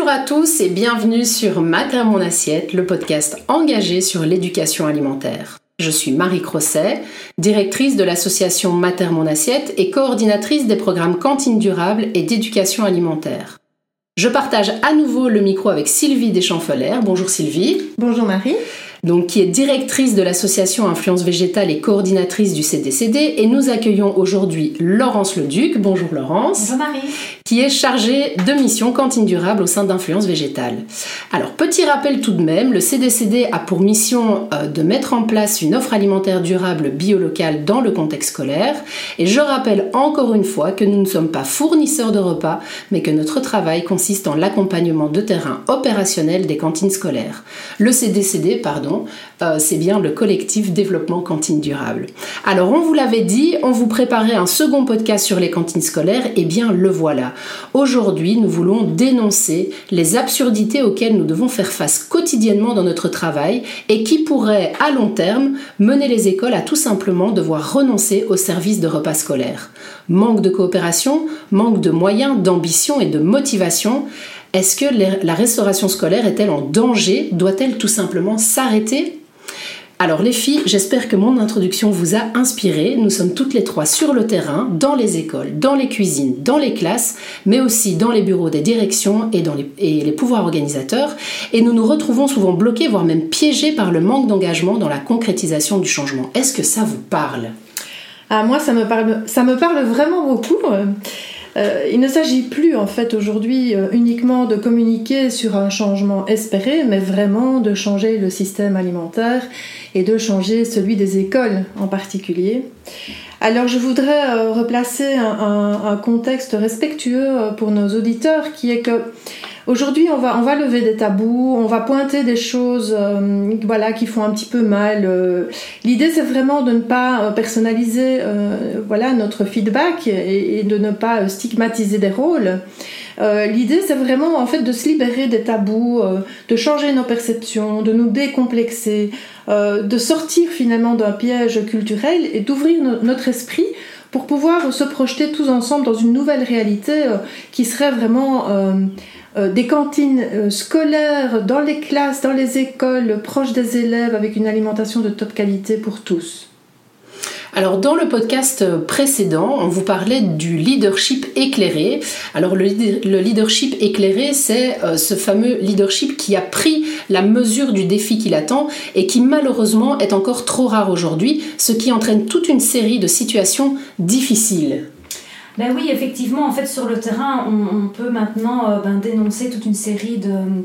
Bonjour à tous et bienvenue sur Mater mon assiette, le podcast engagé sur l'éducation alimentaire. Je suis Marie Crosset, directrice de l'association Mater mon assiette et coordinatrice des programmes Cantine durable et d'éducation alimentaire. Je partage à nouveau le micro avec Sylvie Deschamps-Feller. Bonjour Sylvie. Bonjour Marie. Donc, qui est directrice de l'association Influence Végétale et coordinatrice du CDCD. Et nous accueillons aujourd'hui Laurence Leduc. Bonjour Laurence. Bonjour Marie. Qui est chargée de mission cantine durable au sein d'Influence Végétale. Alors, petit rappel tout de même, le CDCD a pour mission de mettre en place une offre alimentaire durable bio-locale dans le contexte scolaire. Et je rappelle encore une fois que nous ne sommes pas fournisseurs de repas, mais que notre travail consiste en l'accompagnement de terrain opérationnel des cantines scolaires. Le CDCD, c'est bien le collectif Développement Cantine Durable. Alors, on vous l'avait dit, on vous préparait un second podcast sur les cantines scolaires, et bien le voilà. Aujourd'hui, nous voulons dénoncer les absurdités auxquelles nous devons faire face quotidiennement dans notre travail et qui pourraient, à long terme, mener les écoles à tout simplement devoir renoncer au service de repas scolaires. Manque de coopération, manque de moyens, d'ambition et de motivation. Est-ce que la restauration scolaire est-elle en danger ? Doit-elle tout simplement s'arrêter ? Alors les filles, j'espère que mon introduction vous a inspiré. Nous sommes toutes les trois sur le terrain, dans les écoles, dans les cuisines, dans les classes, mais aussi dans les bureaux des directions et les pouvoirs organisateurs. Et nous nous retrouvons souvent bloqués, voire même piégés par le manque d'engagement dans la concrétisation du changement. Est-ce que ça vous parle ? Moi, ça me parle vraiment beaucoup. Il ne s'agit plus en fait aujourd'hui uniquement de communiquer sur un changement espéré, mais vraiment de changer le système alimentaire et de changer celui des écoles en particulier. Alors je voudrais replacer un contexte respectueux pour nos auditeurs qui est que aujourd'hui, on va lever des tabous, on va pointer des choses qui font un petit peu mal. L'idée, c'est vraiment de ne pas personnaliser notre feedback et de ne pas stigmatiser des rôles. L'idée, c'est vraiment en fait de se libérer des tabous, de changer nos perceptions, de nous décomplexer, de sortir finalement d'un piège culturel et d'ouvrir notre esprit pour pouvoir se projeter tous ensemble dans une nouvelle réalité qui serait vraiment des cantines scolaires dans les classes, dans les écoles, proches des élèves, avec une alimentation de top qualité pour tous. Alors dans le podcast précédent, on vous parlait du leadership éclairé. Alors le leadership éclairé, c'est ce fameux leadership qui a pris la mesure du défi qu'il attend et qui malheureusement est encore trop rare aujourd'hui, ce qui entraîne toute une série de situations difficiles. Ben oui, effectivement, en fait, sur le terrain, on peut maintenant dénoncer toute une série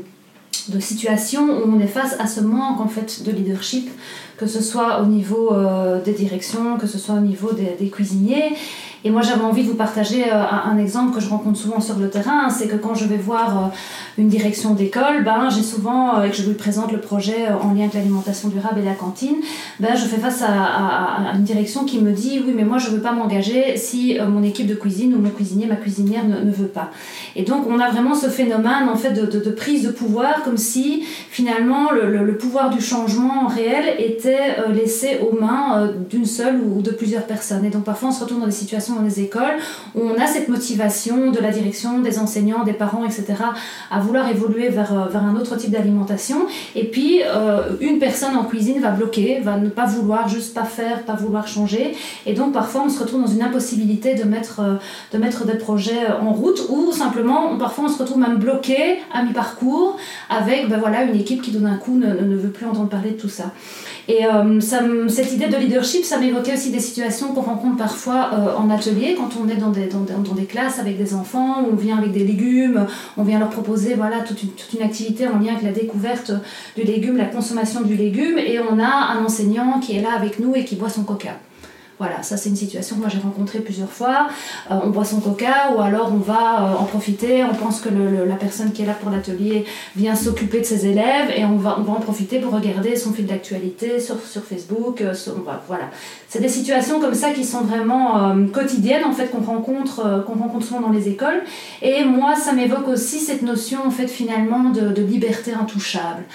de situations où on est face à ce manque en fait de leadership, que ce soit au niveau des directions, que ce soit au niveau des cuisiniers. Et moi, j'avais envie de vous partager un exemple que je rencontre souvent sur le terrain, c'est que quand je vais voir une direction d'école, j'ai souvent, et que je lui présente le projet en lien avec l'alimentation durable et la cantine, je fais face à une direction qui me dit « Oui, mais moi, je ne veux pas m'engager si mon équipe de cuisine ou mon cuisinier, ma cuisinière ne veut pas. » Et donc, on a vraiment ce phénomène en fait, de prise de pouvoir, comme si, finalement, le pouvoir du changement réel était laissé aux mains d'une seule ou de plusieurs personnes. Et donc, parfois, on se retrouve dans des situations dans les écoles où on a cette motivation de la direction, des enseignants, des parents, etc. à vouloir évoluer vers un autre type d'alimentation. Et puis, une personne en cuisine va bloquer, va ne pas vouloir, juste pas faire, pas vouloir changer. Et donc, parfois, on se retrouve dans une impossibilité de mettre des projets en route ou simplement, parfois, on se retrouve même bloqué à mi-parcours avec une équipe qui, d'un coup, ne veut plus entendre parler de tout ça. Et cette idée de leadership, ça m'évoquait aussi des situations qu'on rencontre parfois en atelier, quand on est dans des classes avec des enfants, où on vient avec des légumes, on vient leur proposer toute une activité en lien avec la découverte du légume, la consommation du légume, et on a un enseignant qui est là avec nous et qui boit son coca. Voilà, ça c'est une situation que moi j'ai rencontrée plusieurs fois. On boit son coca ou alors on va en profiter. On pense que la personne qui est là pour l'atelier vient s'occuper de ses élèves et on va en profiter pour regarder son fil d'actualité sur Facebook. Voilà. C'est des situations comme ça qui sont vraiment quotidiennes en fait, qu'on rencontre souvent dans les écoles. Et moi, ça m'évoque aussi cette notion en fait, finalement de liberté intouchable.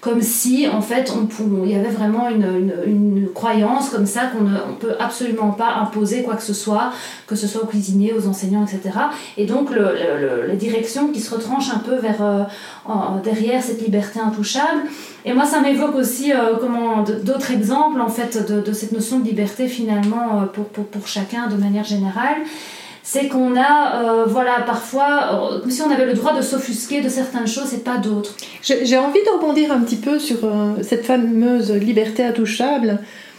comme si en fait il y avait vraiment une croyance comme ça qu'on ne peut absolument pas imposer quoi que ce soit aux cuisiniers, aux enseignants, etc. Et donc les directions qui se retranchent un peu vers derrière cette liberté intouchable. Et moi ça m'évoque aussi d'autres exemples en fait de cette notion de liberté finalement pour chacun de manière générale. C'est qu'on a, parfois, comme si on avait le droit de s'offusquer de certaines choses et pas d'autres. J'ai envie de rebondir un petit peu sur cette fameuse liberté intouchable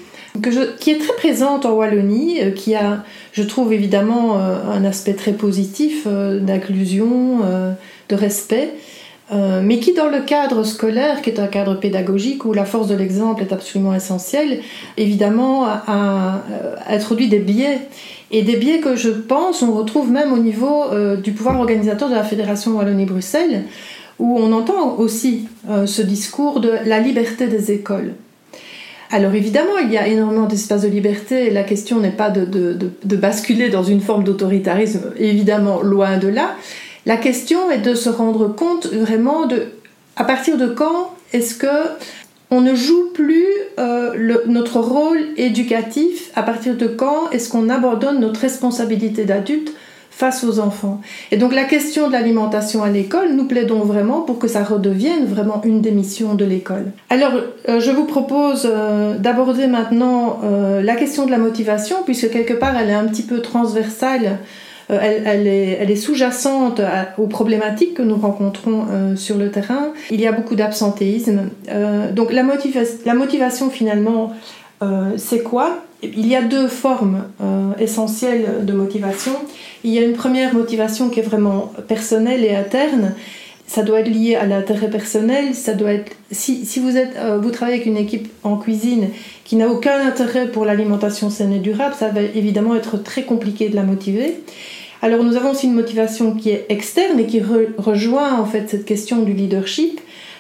qui est très présente en Wallonie, qui a, je trouve évidemment, un aspect très positif d'inclusion, de respect, mais qui dans le cadre scolaire, qui est un cadre pédagogique où la force de l'exemple est absolument essentielle, évidemment a introduit des biais. Et des biais que je pense on retrouve même au niveau du pouvoir organisateur de la Fédération Wallonie-Bruxelles, où on entend aussi ce discours de la liberté des écoles. Alors évidemment, il y a énormément d'espace de liberté, et la question n'est pas de basculer dans une forme d'autoritarisme, évidemment, loin de là. La question est de se rendre compte vraiment à partir de quand est-ce que on ne joue plus notre rôle éducatif, à partir de quand est-ce qu'on abandonne notre responsabilité d'adulte face aux enfants. Et donc la question de l'alimentation à l'école, nous plaidons vraiment pour que ça redevienne vraiment une des missions de l'école. Alors je vous propose d'aborder maintenant la question de la motivation, puisque quelque part elle est un petit peu transversale. Elle est sous-jacente aux problématiques que nous rencontrons sur le terrain. Il y a beaucoup d'absentéisme. Donc la motivation finalement, c'est quoi ? Il y a deux formes essentielles de motivation. Il y a une première motivation qui est vraiment personnelle et interne. Ça doit être lié à l'intérêt personnel. Ça doit être si vous travaillez avec une équipe en cuisine qui n'a aucun intérêt pour l'alimentation saine et durable, ça va évidemment être très compliqué de la motiver. Alors nous avons aussi une motivation qui est externe et qui rejoint en fait cette question du leadership,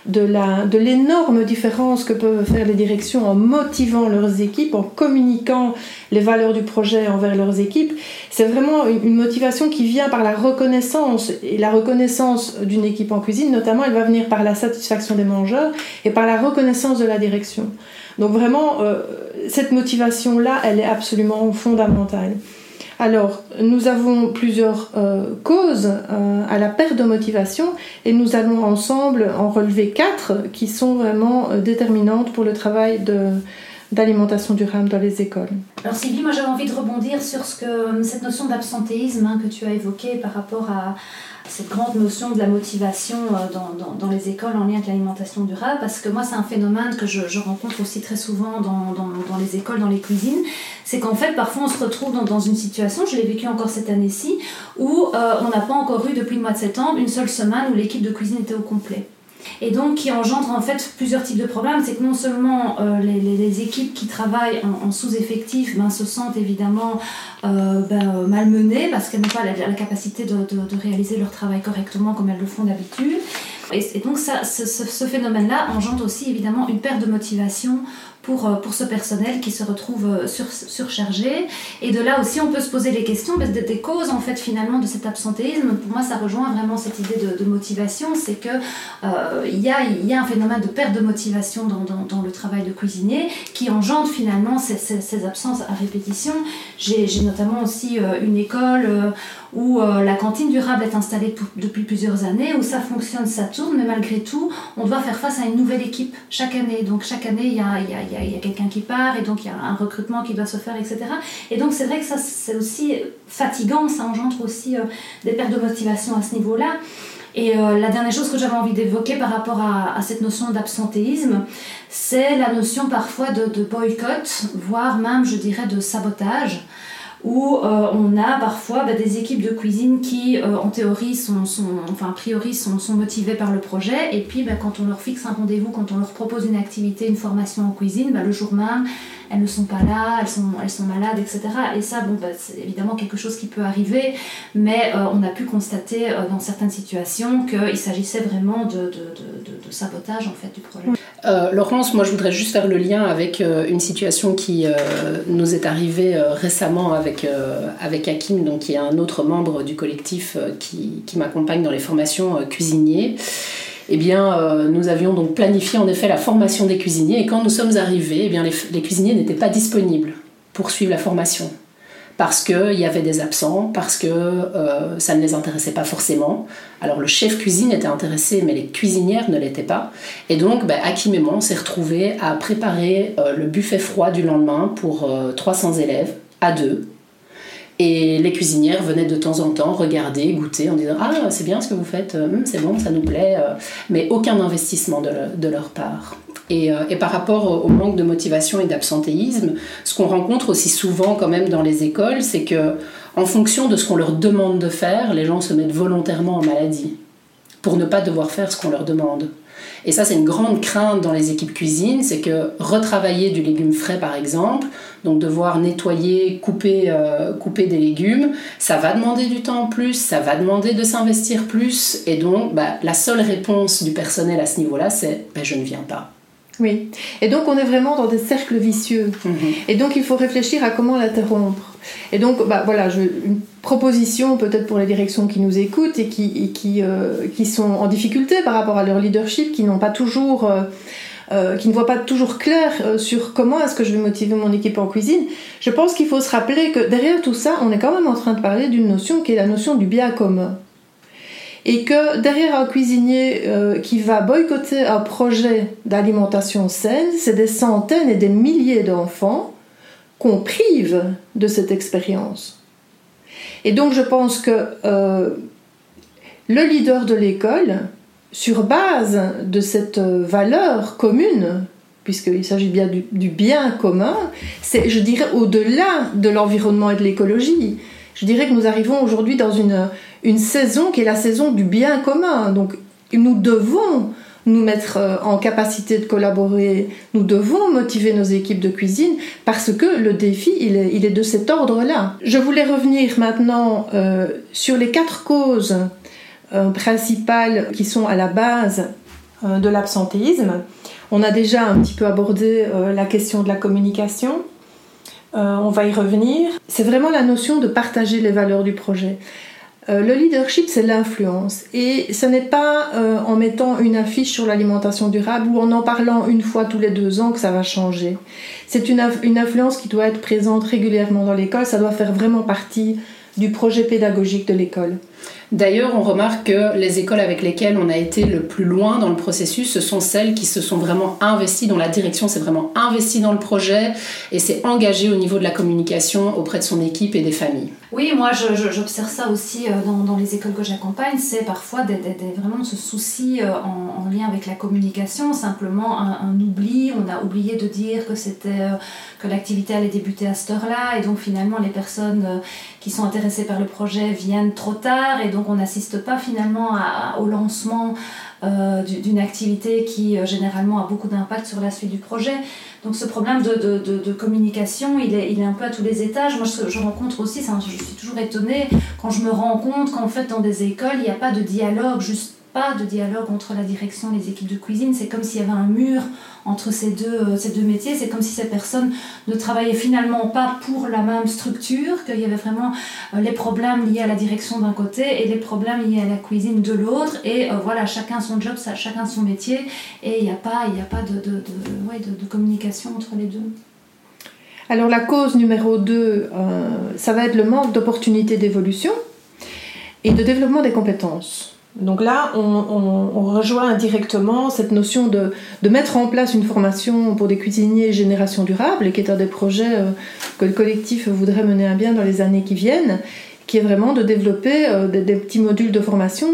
de l'énorme différence que peuvent faire les directions en motivant leurs équipes, en communiquant les valeurs du projet envers leurs équipes. C'est vraiment une motivation qui vient par la reconnaissance, et la reconnaissance d'une équipe en cuisine notamment, elle va venir par la satisfaction des mangeurs et par la reconnaissance de la direction. Donc vraiment, cette motivation-là, elle est absolument fondamentale. Alors, nous avons plusieurs causes à la perte de motivation et nous allons ensemble en relever 4 qui sont vraiment déterminantes pour le travail d'alimentation durable dans les écoles. Alors Sylvie, moi j'avais envie de rebondir sur cette notion d'absentéisme que tu as évoquée par rapport à cette grande notion de la motivation dans les écoles en lien avec l'alimentation durable, parce que moi c'est un phénomène que je rencontre aussi très souvent dans les écoles, dans les cuisines. C'est qu'en fait parfois on se retrouve dans une situation, je l'ai vécu encore cette année-ci, où on n'a pas encore eu depuis le mois de septembre une seule semaine où l'équipe de cuisine était au complet. Et donc qui engendre en fait plusieurs types de problèmes. C'est que non seulement les équipes qui travaillent en sous-effectif se sentent évidemment malmenées parce qu'elles n'ont pas la capacité de réaliser leur travail correctement comme elles le font d'habitude. Et donc ce phénomène-là engendre aussi évidemment une perte de motivation pour ce personnel qui se retrouve surchargé. Et de là aussi, on peut se poser les questions des causes en fait finalement de cet absentéisme. Pour moi, ça rejoint vraiment cette idée de motivation, c'est que il y a un phénomène de perte de motivation dans le travail de cuisinier qui engendre finalement ces absences à répétition. J'ai notamment aussi une école où la cantine durable est installée depuis plusieurs années, où ça fonctionne, ça tourne, mais malgré tout, on doit faire face à une nouvelle équipe chaque année. Donc chaque année, il y a quelqu'un qui part, et donc il y a un recrutement qui doit se faire, etc. Et donc c'est vrai que ça, c'est aussi fatigant, ça engendre aussi des pertes de motivation à ce niveau-là. Et la dernière chose que j'avais envie d'évoquer par rapport à cette notion d'absentéisme, c'est la notion parfois de boycott, voire même, je dirais, de sabotage, où on a parfois des équipes de cuisine qui, en théorie, a priori, sont motivées par le projet, et puis quand on leur fixe un rendez-vous, quand on leur propose une activité, une formation en cuisine, le jour même, elles ne sont pas là, elles sont malades, etc. Et ça, c'est évidemment quelque chose qui peut arriver, mais on a pu constater dans certaines situations qu'il s'agissait vraiment de sabotage en fait, du projet. Laurence, moi je voudrais juste faire le lien avec une situation qui nous est arrivée récemment avec Hakim, donc qui est un autre membre du collectif qui m'accompagne dans les formations cuisiniers. eh bien, nous avions donc planifié en effet la formation des cuisiniers, et quand nous sommes arrivés, eh bien, les cuisiniers n'étaient pas disponibles pour suivre la formation. Parce qu'il y avait des absents, parce que ça ne les intéressait pas forcément. Alors le chef cuisine était intéressé, mais les cuisinières ne l'étaient pas. Et donc, Hakim et moi, on s'est retrouvés à préparer le buffet froid du lendemain pour 300 élèves, à 2. Et les cuisinières venaient de temps en temps regarder, goûter, en disant « Ah, c'est bien ce que vous faites, c'est bon, ça nous plaît », mais aucun investissement de leur part. Et par rapport au manque de motivation et d'absentéisme, ce qu'on rencontre aussi souvent quand même dans les écoles, c'est que en fonction de ce qu'on leur demande de faire, les gens se mettent volontairement en maladie pour ne pas devoir faire ce qu'on leur demande. Et ça, c'est une grande crainte dans les équipes cuisine, c'est que retravailler du légume frais par exemple, donc devoir nettoyer, couper des légumes, ça va demander du temps en plus, ça va demander de s'investir plus, et donc la seule réponse du personnel à ce niveau-là, c'est « je ne viens pas ». Oui, et donc on est vraiment dans des cercles vicieux. Et donc il faut réfléchir à comment l'interrompre. Et donc voilà, une proposition peut-être pour les directions qui nous écoutent et qui sont en difficulté par rapport à leur leadership, qui n'ont pas toujours, qui ne voient pas toujours clair sur comment est-ce que je vais motiver mon équipe en cuisine. Je pense qu'il faut se rappeler que derrière tout ça, on est quand même en train de parler d'une notion qui est la notion du bien commun. Et que derrière un cuisinier qui va boycotter un projet d'alimentation saine, c'est des centaines et des milliers d'enfants qu'on prive de cette expérience. Et donc je pense que le leader de l'école, sur base de cette valeur commune, puisqu'il s'agit bien du bien commun, c'est, je dirais, au-delà de l'environnement et de l'écologie. Je dirais que nous arrivons aujourd'hui dans une saison qui est la saison du bien commun. Donc nous devons nous mettre en capacité de collaborer, nous devons motiver nos équipes de cuisine parce que le défi, il est de cet ordre-là. Je voulais revenir maintenant sur les 4 causes principales qui sont à la base de l'absentéisme. On a déjà un petit peu abordé la question de la communication. On va y revenir. C'est vraiment la notion de partager les valeurs du projet. Le leadership, c'est l'influence. Et ce n'est pas en mettant une affiche sur l'alimentation durable ou en parlant une fois tous les 2 ans que ça va changer. C'est une influence qui doit être présente régulièrement dans l'école. Ça doit faire vraiment partie du projet pédagogique de l'école. D'ailleurs, on remarque que les écoles avec lesquelles on a été le plus loin dans le processus, ce sont celles qui se sont vraiment investies, dont la direction s'est vraiment investie dans le projet et s'est engagée au niveau de la communication auprès de son équipe et des familles. Oui, moi j'observe ça aussi dans les écoles que j'accompagne, c'est parfois vraiment ce souci en lien avec la communication, simplement un oubli, on a oublié de dire que l'activité allait débuter à cette heure-là, et donc finalement les personnes qui sont intéressées par le projet viennent trop tard, et donc on n'assiste pas finalement au lancement d'une activité qui généralement a beaucoup d'impact sur la suite du projet. Donc ce problème de communication, il est un peu à tous les étages. Moi je rencontre aussi, je suis toujours étonnée quand je me rends compte qu'en fait dans des écoles, il n'y a pas de dialogue, juste pas de dialogue entre la direction et les équipes de cuisine. C'est comme s'il y avait un mur entre ces deux métiers. C'est comme si ces personnes ne travaillaient finalement pas pour la même structure, qu'il y avait vraiment les problèmes liés à la direction d'un côté et les problèmes liés à la cuisine de l'autre. Et voilà, chacun son job, chacun son métier. Et il n'y a pas de communication entre les deux. Alors la cause numéro 2, ça va être le manque d'opportunités d'évolution et de développement des compétences. Donc là, on rejoint indirectement cette notion de mettre en place une formation pour des cuisiniers génération durable, qui est un des projets que le collectif voudrait mener à bien dans les années qui viennent, qui est vraiment de développer des petits modules de formation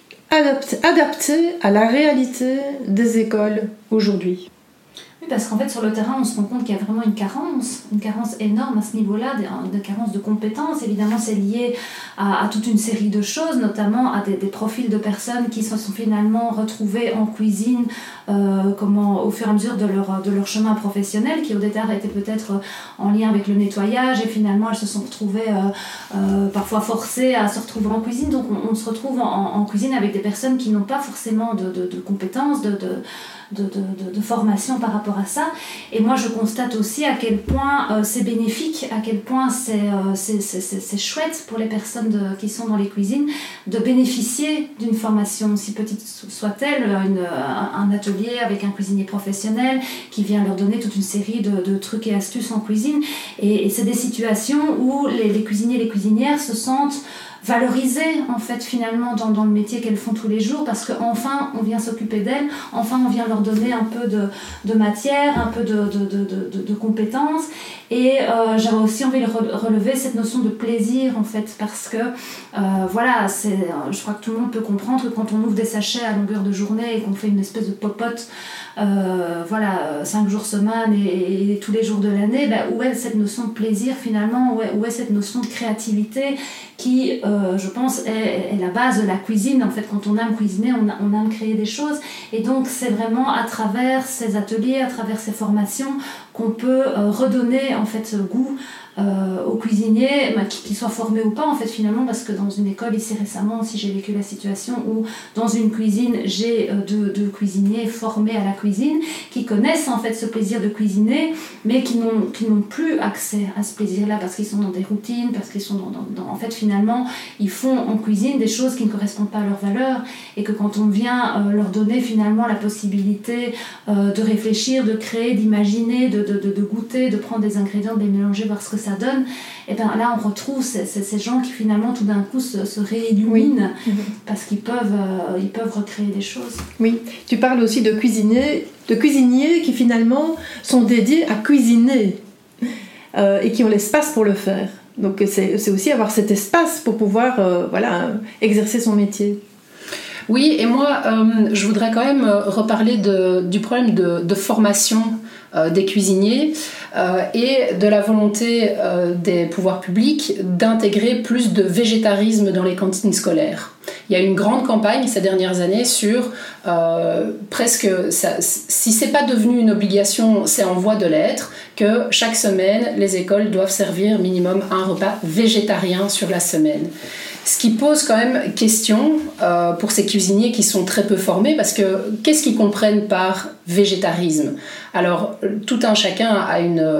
adaptés à la réalité des écoles aujourd'hui. Oui, parce qu'en fait, sur le terrain, on se rend compte qu'il y a vraiment une carence énorme à ce niveau-là, des carences de compétences. Évidemment, c'est lié à toute une série de choses, notamment à des profils de personnes qui se sont finalement retrouvées en cuisine au fur et à mesure de leur chemin professionnel, qui au départ étaient peut-être en lien avec le nettoyage, et finalement, elles se sont retrouvées parfois forcées à se retrouver en cuisine. Donc, on se retrouve en cuisine avec des personnes qui n'ont pas forcément de compétences, de formation par rapport rapport à ça. Et moi, je constate aussi à quel point c'est bénéfique, à quel point c'est chouette pour les personnes qui sont dans les cuisines de bénéficier d'une formation, aussi petite soit-elle, un atelier avec un cuisinier professionnel qui vient leur donner toute une série de trucs et astuces en cuisine. Et c'est des situations où les cuisiniers et les cuisinières se sentent valorisées en fait finalement dans le métier qu'elles font tous les jours, parce qu'enfin on vient s'occuper d'elles, enfin on vient leur donner un peu de matière, un peu de compétences. Et j'avais aussi envie de relever cette notion de plaisir en fait, parce que voilà, je crois que tout le monde peut comprendre que quand on ouvre des sachets à longueur de journée et qu'on fait une espèce de popote 5 jours semaine et tous les jours de l'année, où est cette notion de plaisir finalement, où est cette notion de créativité qui, je pense, est la base de la cuisine. En fait, quand on aime cuisiner, on aime créer des choses. Et donc, c'est vraiment à travers ces ateliers, à travers ces formations, qu'on peut redonner en fait ce goût aux cuisiniers, qu'ils soient formés ou pas en fait finalement, parce que dans une école ici récemment aussi j'ai vécu la situation où dans une cuisine j'ai deux cuisiniers formés à la cuisine qui connaissent en fait ce plaisir de cuisiner, mais qui n'ont plus accès à ce plaisir là parce qu'ils sont dans des routines, parce qu'ils sont en fait finalement ils font en cuisine des choses qui ne correspondent pas à leurs valeurs, et que quand on vient leur donner finalement la possibilité de réfléchir, de créer, d'imaginer, de goûter, de prendre des ingrédients, de les mélanger, voir ce que ça donne, et bien là on retrouve ces gens qui finalement tout d'un coup se réilluminent, oui. Parce qu'ils peuvent recréer des choses. Oui, tu parles aussi de cuisiniers qui finalement sont dédiés à cuisiner et qui ont l'espace pour le faire. Donc c'est aussi avoir cet espace pour pouvoir exercer son métier. Oui, et moi je voudrais quand même reparler du problème de formation des cuisiniers et de la volonté des pouvoirs publics d'intégrer plus de végétarisme dans les cantines scolaires. Il y a eu une grande campagne ces dernières années sur presque, si c'est pas devenu une obligation, c'est en voie de l'être, que chaque semaine les écoles doivent servir minimum un repas végétarien sur la semaine. Ce qui pose quand même question pour ces cuisiniers qui sont très peu formés, parce que qu'est-ce qu'ils comprennent par végétarisme ? Alors, tout un chacun a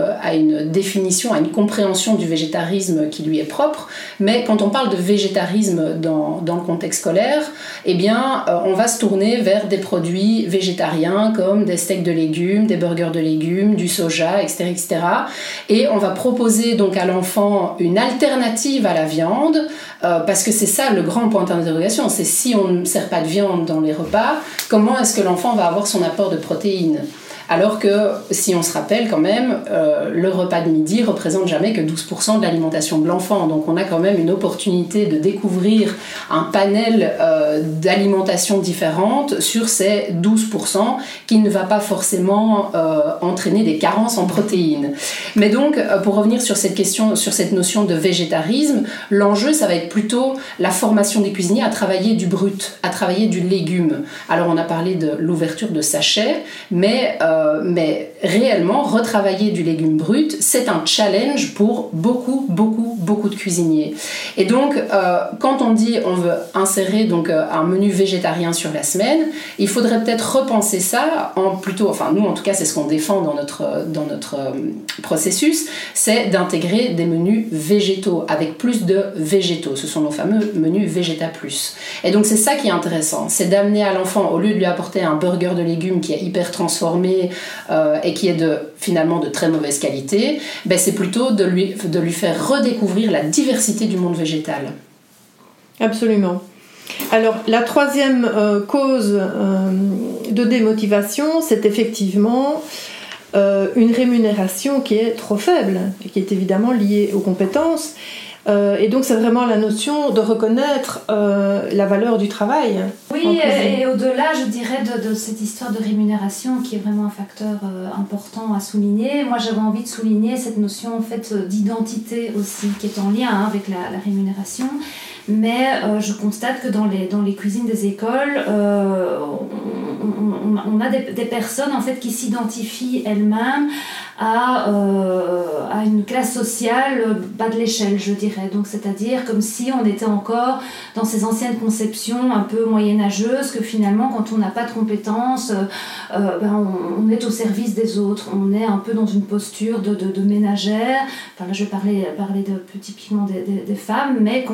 une définition, a une compréhension du végétarisme qui lui est propre, mais quand on parle de végétarisme dans le contexte scolaire, eh bien, on va se tourner vers des produits végétariens comme des steaks de légumes, des burgers de légumes, du soja, etc., etc. Et on va proposer donc à l'enfant une alternative à la viande, parce que c'est ça le grand point d'interrogation, c'est si on ne sert pas de viande dans les repas, comment est-ce que l'enfant va avoir son apport de protéines ? Alors que, si on se rappelle quand même, le repas de midi représente jamais que 12% de l'alimentation de l'enfant. Donc on a quand même une opportunité de découvrir un panel d'alimentations différentes sur ces 12% qui ne va pas forcément entraîner des carences en protéines. Mais donc, pour revenir sur cette question, sur cette notion de végétarisme, l'enjeu, ça va être plutôt la formation des cuisiniers à travailler du brut, à travailler du légume. Alors on a parlé de l'ouverture de sachets, mais réellement, retravailler du légume brut, c'est un challenge pour beaucoup de cuisiniers. Et donc, quand on dit on veut insérer donc, un menu végétarien sur la semaine, il faudrait peut-être repenser ça en plutôt, enfin nous en tout cas c'est ce qu'on défend dans notre processus, c'est d'intégrer des menus végétaux, avec plus de végétaux. Ce sont nos fameux menus Végéta+. Et donc c'est ça qui est intéressant, c'est d'amener à l'enfant, au lieu de lui apporter un burger de légumes qui est hyper transformé et qui est finalement de très mauvaise qualité, c'est plutôt de lui faire redécouvrir la diversité du monde végétal. Absolument. Alors, la troisième cause de démotivation, c'est effectivement une rémunération qui est trop faible et qui est évidemment liée aux compétences. Et donc c'est vraiment la notion de reconnaître la valeur du travail. Oui, et au-delà, je dirais, de cette histoire de rémunération qui est vraiment un facteur important à souligner. Moi, j'avais envie de souligner cette notion en fait d'identité aussi, qui est en lien avec la rémunération. Mais je constate que dans les cuisines des écoles, on a des personnes en fait qui s'identifient elles-mêmes à une une classe sociale bas de l'échelle, je dirais. Donc, c'est-à-dire comme si on était encore dans ces anciennes conceptions un peu moyenâgeuses, que finalement, quand on n'a pas de compétences, on est au service des autres. On est un peu dans une posture de ménagère. Enfin, là, je vais parler de, typiquement des femmes, mais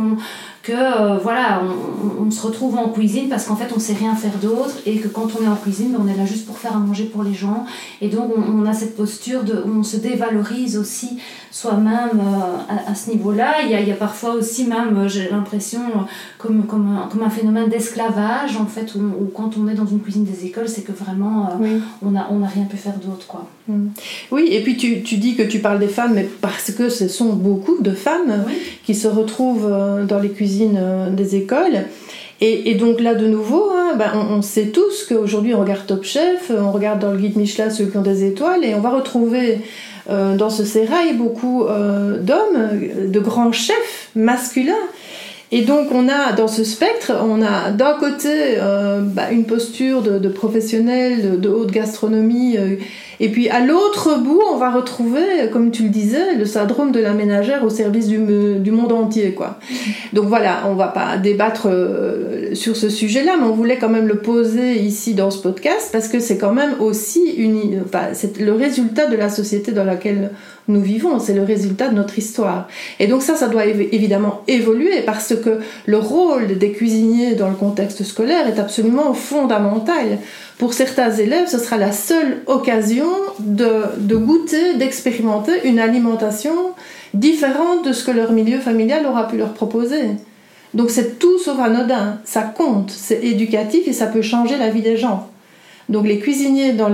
on se retrouve en cuisine parce qu'en fait, on ne sait rien faire d'autre et que quand on est en cuisine, on est là juste pour faire à manger pour les gens. Et donc, on a cette posture où on se dévalorise aussi soi-même à ce niveau-là. Il y a parfois aussi même, j'ai l'impression, comme un phénomène d'esclavage, en fait, où quand on est dans une cuisine des écoles, c'est que vraiment, on n'a rien pu faire d'autre, quoi. Oui, et puis tu dis que tu parles des femmes, mais parce que ce sont beaucoup de femmes qui se retrouvent dans les cuisines des écoles. Et donc là, de nouveau, on sait tous qu'aujourd'hui, on regarde Top Chef, on regarde dans le guide Michelin ceux qui ont des étoiles, et on va retrouver dans ce sérail beaucoup d'hommes, de grands chefs masculins. Et donc, on a dans ce spectre, on a d'un côté une posture de professionnel, de haute gastronomie, et puis à l'autre bout, on va retrouver, comme tu le disais, le syndrome de la ménagère au service du monde entier, quoi. Donc voilà, on va pas débattre sur ce sujet-là, mais on voulait quand même le poser ici dans ce podcast, parce que c'est quand même aussi c'est le résultat de la société dans laquelle nous vivons, c'est le résultat de notre histoire. Et donc ça doit évidemment évoluer, parce que le rôle des cuisiniers dans le contexte scolaire est absolument fondamental. Pour certains élèves, ce sera la seule occasion de goûter, d'expérimenter une alimentation différente de ce que leur milieu familial aura pu leur proposer. Donc c'est tout sauf anodin, ça compte, c'est éducatif et ça peut changer la vie des gens. Donc les cuisiniers dans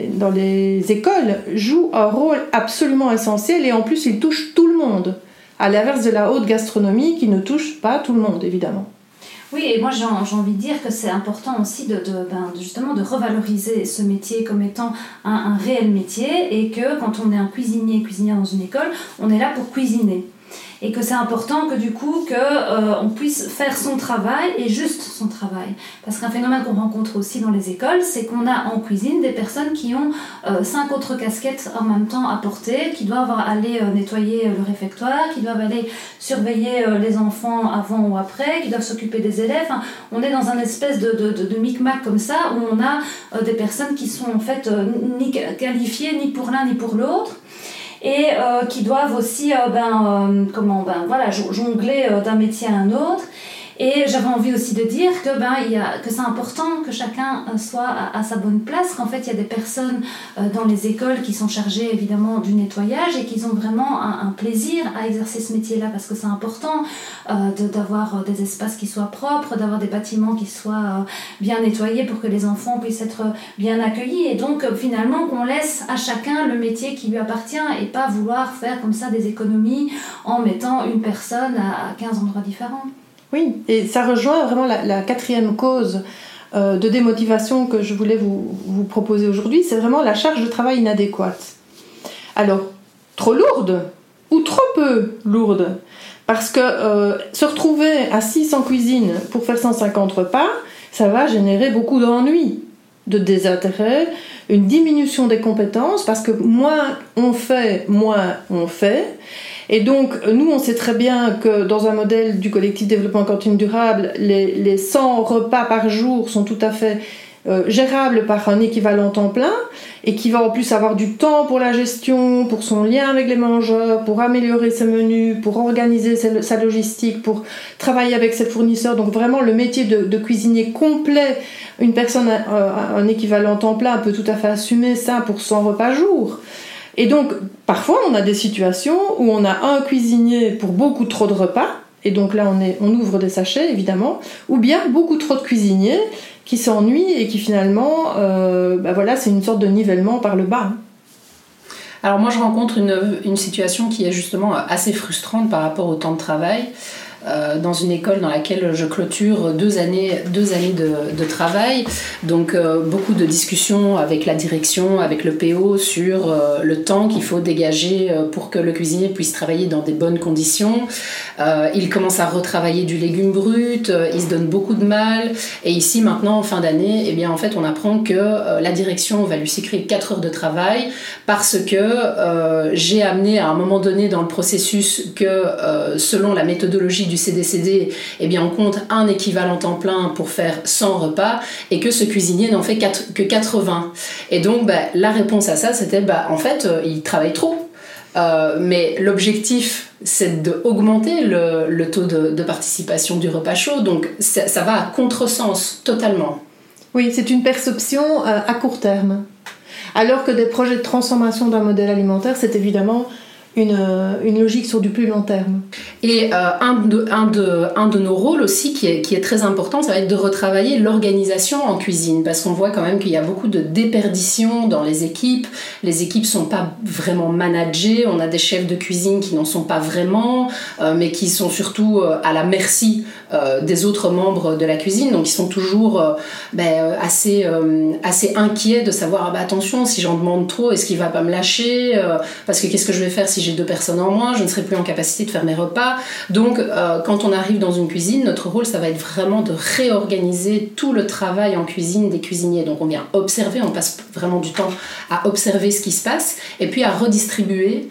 les écoles jouent un rôle absolument essentiel, et en plus ils touchent tout le monde, à l'inverse de la haute gastronomie qui ne touche pas tout le monde, évidemment. Oui, et moi j'ai envie de dire que c'est important aussi justement de revaloriser ce métier comme étant un réel métier, et que quand on est un cuisinière dans une école, on est là pour cuisiner. Et que c'est important que du coup on puisse faire son travail, et juste son travail. Parce qu'un phénomène qu'on rencontre aussi dans les écoles, c'est qu'on a en cuisine des personnes qui ont 5 autres casquettes en même temps à porter, qui doivent aller nettoyer le réfectoire, qui doivent aller surveiller les enfants avant ou après, qui doivent s'occuper des élèves. Enfin, on est dans un espèce de micmac comme ça, où on a des personnes qui sont en fait ni qualifiées ni pour l'un ni pour l'autre, et qui doivent aussi jongler d'un métier à un autre. Et j'avais envie aussi de dire que c'est important que chacun soit à sa bonne place, qu'en fait il y a des personnes dans les écoles qui sont chargées évidemment du nettoyage, et qui ont vraiment un plaisir à exercer ce métier-là, parce que c'est important d'avoir des espaces qui soient propres, d'avoir des bâtiments qui soient bien nettoyés pour que les enfants puissent être bien accueillis, et donc finalement qu'on laisse à chacun le métier qui lui appartient, et pas vouloir faire comme ça des économies en mettant une personne à 15 endroits différents. Oui, et ça rejoint vraiment la quatrième cause de démotivation que je voulais vous proposer aujourd'hui, c'est vraiment la charge de travail inadéquate. Alors, trop lourde ou trop peu lourde, parce que se retrouver assis en cuisine pour faire 150 repas, ça va générer beaucoup d'ennuis, de désintérêt, une diminution des compétences, parce que moins on fait. Et donc, nous, on sait très bien que dans un modèle du collectif développement cantine durable, les 100 repas par jour sont tout à fait gérables par un équivalent temps plein, et qui va en plus avoir du temps pour la gestion, pour son lien avec les mangeurs, pour améliorer ses menus, pour organiser sa logistique, pour travailler avec ses fournisseurs. Donc vraiment, le métier de cuisinier complet, une personne, un équivalent temps plein peut tout à fait assumer ça pour 100 repas jour. Et donc, parfois, on a des situations où on a un cuisinier pour beaucoup trop de repas, et donc là, on ouvre des sachets, évidemment, ou bien beaucoup trop de cuisiniers qui s'ennuient et qui finalement, c'est une sorte de nivellement par le bas. Alors moi, je rencontre une situation qui est justement assez frustrante par rapport au temps de travail. dans une école dans laquelle je clôture 2 années de travail. Donc beaucoup de discussions avec la direction, avec le PO sur le temps qu'il faut dégager pour que le cuisinier puisse travailler dans des bonnes conditions. Il commence à retravailler du légume brut, il se donne beaucoup de mal. Et ici maintenant, en fin d'année, eh bien, en fait, on apprend que la direction va lui sucrer 4 heures de travail parce que j'ai amené à un moment donné dans le processus que selon la méthodologie du CDCD, eh bien, on compte un équivalent temps plein pour faire 100 repas et que ce cuisinier n'en fait que 80. Et donc, la réponse à ça, c'était en fait, il travaille trop. Mais l'objectif, c'est d'augmenter le taux de participation du repas chaud. Donc, ça va à contresens, totalement. Oui, c'est une perception à court terme. Alors que des projets de transformation d'un modèle alimentaire, c'est évidemment une logique sur du plus long terme. Et un de nos rôles aussi qui est très important, ça va être de retravailler l'organisation en cuisine, parce qu'on voit quand même qu'il y a beaucoup de déperdition dans les équipes sont pas vraiment managées, on a des chefs de cuisine qui n'en sont pas vraiment, mais qui sont surtout à la merci des autres membres de la cuisine, donc ils sont toujours assez inquiets de savoir attention, si j'en demande trop, est-ce qu'il va pas me lâcher, parce que qu'est-ce que je vais faire si j'ai 2 personnes en moins, je ne serai plus en capacité de faire mes repas. Donc quand on arrive dans une cuisine, notre rôle ça va être vraiment de réorganiser tout le travail en cuisine des cuisiniers. Donc on vient observer, on passe vraiment du temps à observer ce qui se passe et puis à redistribuer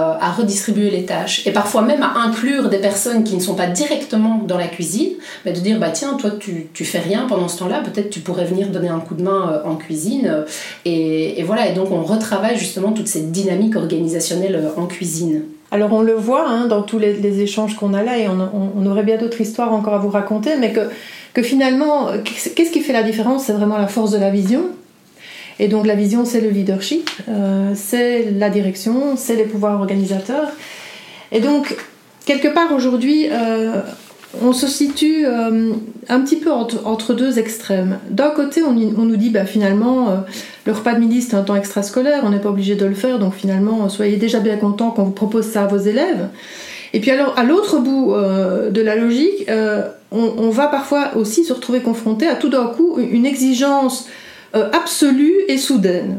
les tâches et parfois même à inclure des personnes qui ne sont pas directement dans la cuisine, mais de dire tiens, toi tu fais rien pendant ce temps-là, peut-être tu pourrais venir donner un coup de main en cuisine et voilà, et donc on retravaille justement toute cette dynamique organisationnelle en cuisine. Alors on le voit dans tous les échanges qu'on a là, et on aurait bien d'autres histoires encore à vous raconter, mais que finalement, qu'est-ce qui fait la différence? C'est vraiment la force de la vision. Et donc la vision, c'est le leadership, c'est la direction, c'est les pouvoirs organisateurs. Et donc, quelque part aujourd'hui, on se situe un petit peu entre 2 extrêmes. D'un côté, on nous dit finalement, le repas de midi, c'est un temps extrascolaire, on n'est pas obligé de le faire, donc finalement, soyez déjà bien contents qu'on vous propose ça à vos élèves. Et puis alors, à l'autre bout de la logique, on va parfois aussi se retrouver confronté à tout d'un coup une exigence absolue et soudaine.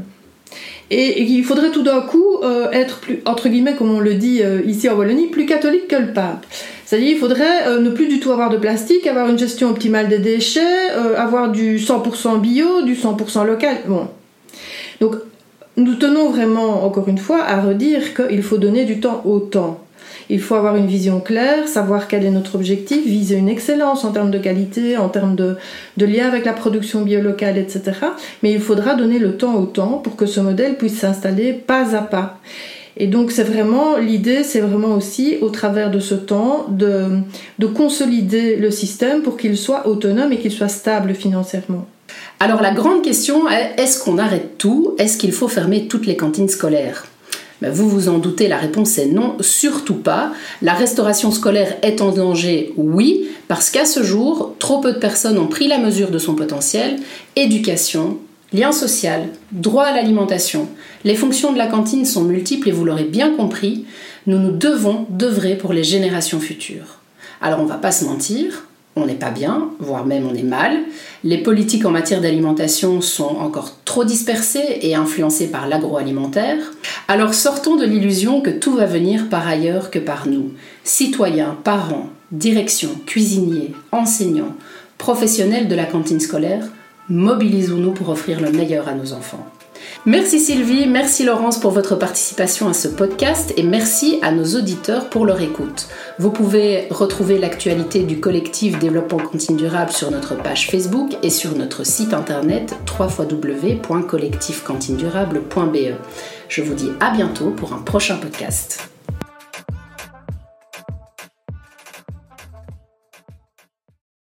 Et il faudrait tout d'un coup être plus, entre guillemets, comme on le dit ici en Wallonie, plus catholique que le pape. C'est-à-dire il faudrait ne plus du tout avoir de plastique, avoir une gestion optimale des déchets, avoir du 100% bio, du 100% local. Bon. Donc nous tenons vraiment, encore une fois, à redire qu'il faut donner du temps au temps. Il faut avoir une vision claire, savoir quel est notre objectif, viser une excellence en termes de qualité, en termes de lien avec la production biolocale, etc. Mais il faudra donner le temps au temps pour que ce modèle puisse s'installer pas à pas. Et donc l'idée, c'est vraiment aussi, au travers de ce temps, de consolider le système pour qu'il soit autonome et qu'il soit stable financièrement. Alors la grande question est, est-ce qu'on arrête tout? Est-ce qu'il faut fermer toutes les cantines scolaires? Vous vous en doutez, la réponse est non, surtout pas. La restauration scolaire est en danger, oui, parce qu'à ce jour, trop peu de personnes ont pris la mesure de son potentiel. Éducation, lien social, droit à l'alimentation. Les fonctions de la cantine sont multiples et vous l'aurez bien compris, nous devons d'œuvrer pour les générations futures. Alors on ne va pas se mentir, on n'est pas bien, voire même on est mal. Les politiques en matière d'alimentation sont encore trop dispersées et influencées par l'agroalimentaire. Alors sortons de l'illusion que tout va venir par ailleurs que par nous. Citoyens, parents, direction, cuisiniers, enseignants, professionnels de la cantine scolaire, mobilisons-nous pour offrir le meilleur à nos enfants. Merci Sylvie, merci Laurence pour votre participation à ce podcast et merci à nos auditeurs pour leur écoute. Vous pouvez retrouver l'actualité du collectif Développement Cantine Durable sur notre page Facebook et sur notre site internet www.collectifcantinedurable.be. Je vous dis à bientôt pour un prochain podcast.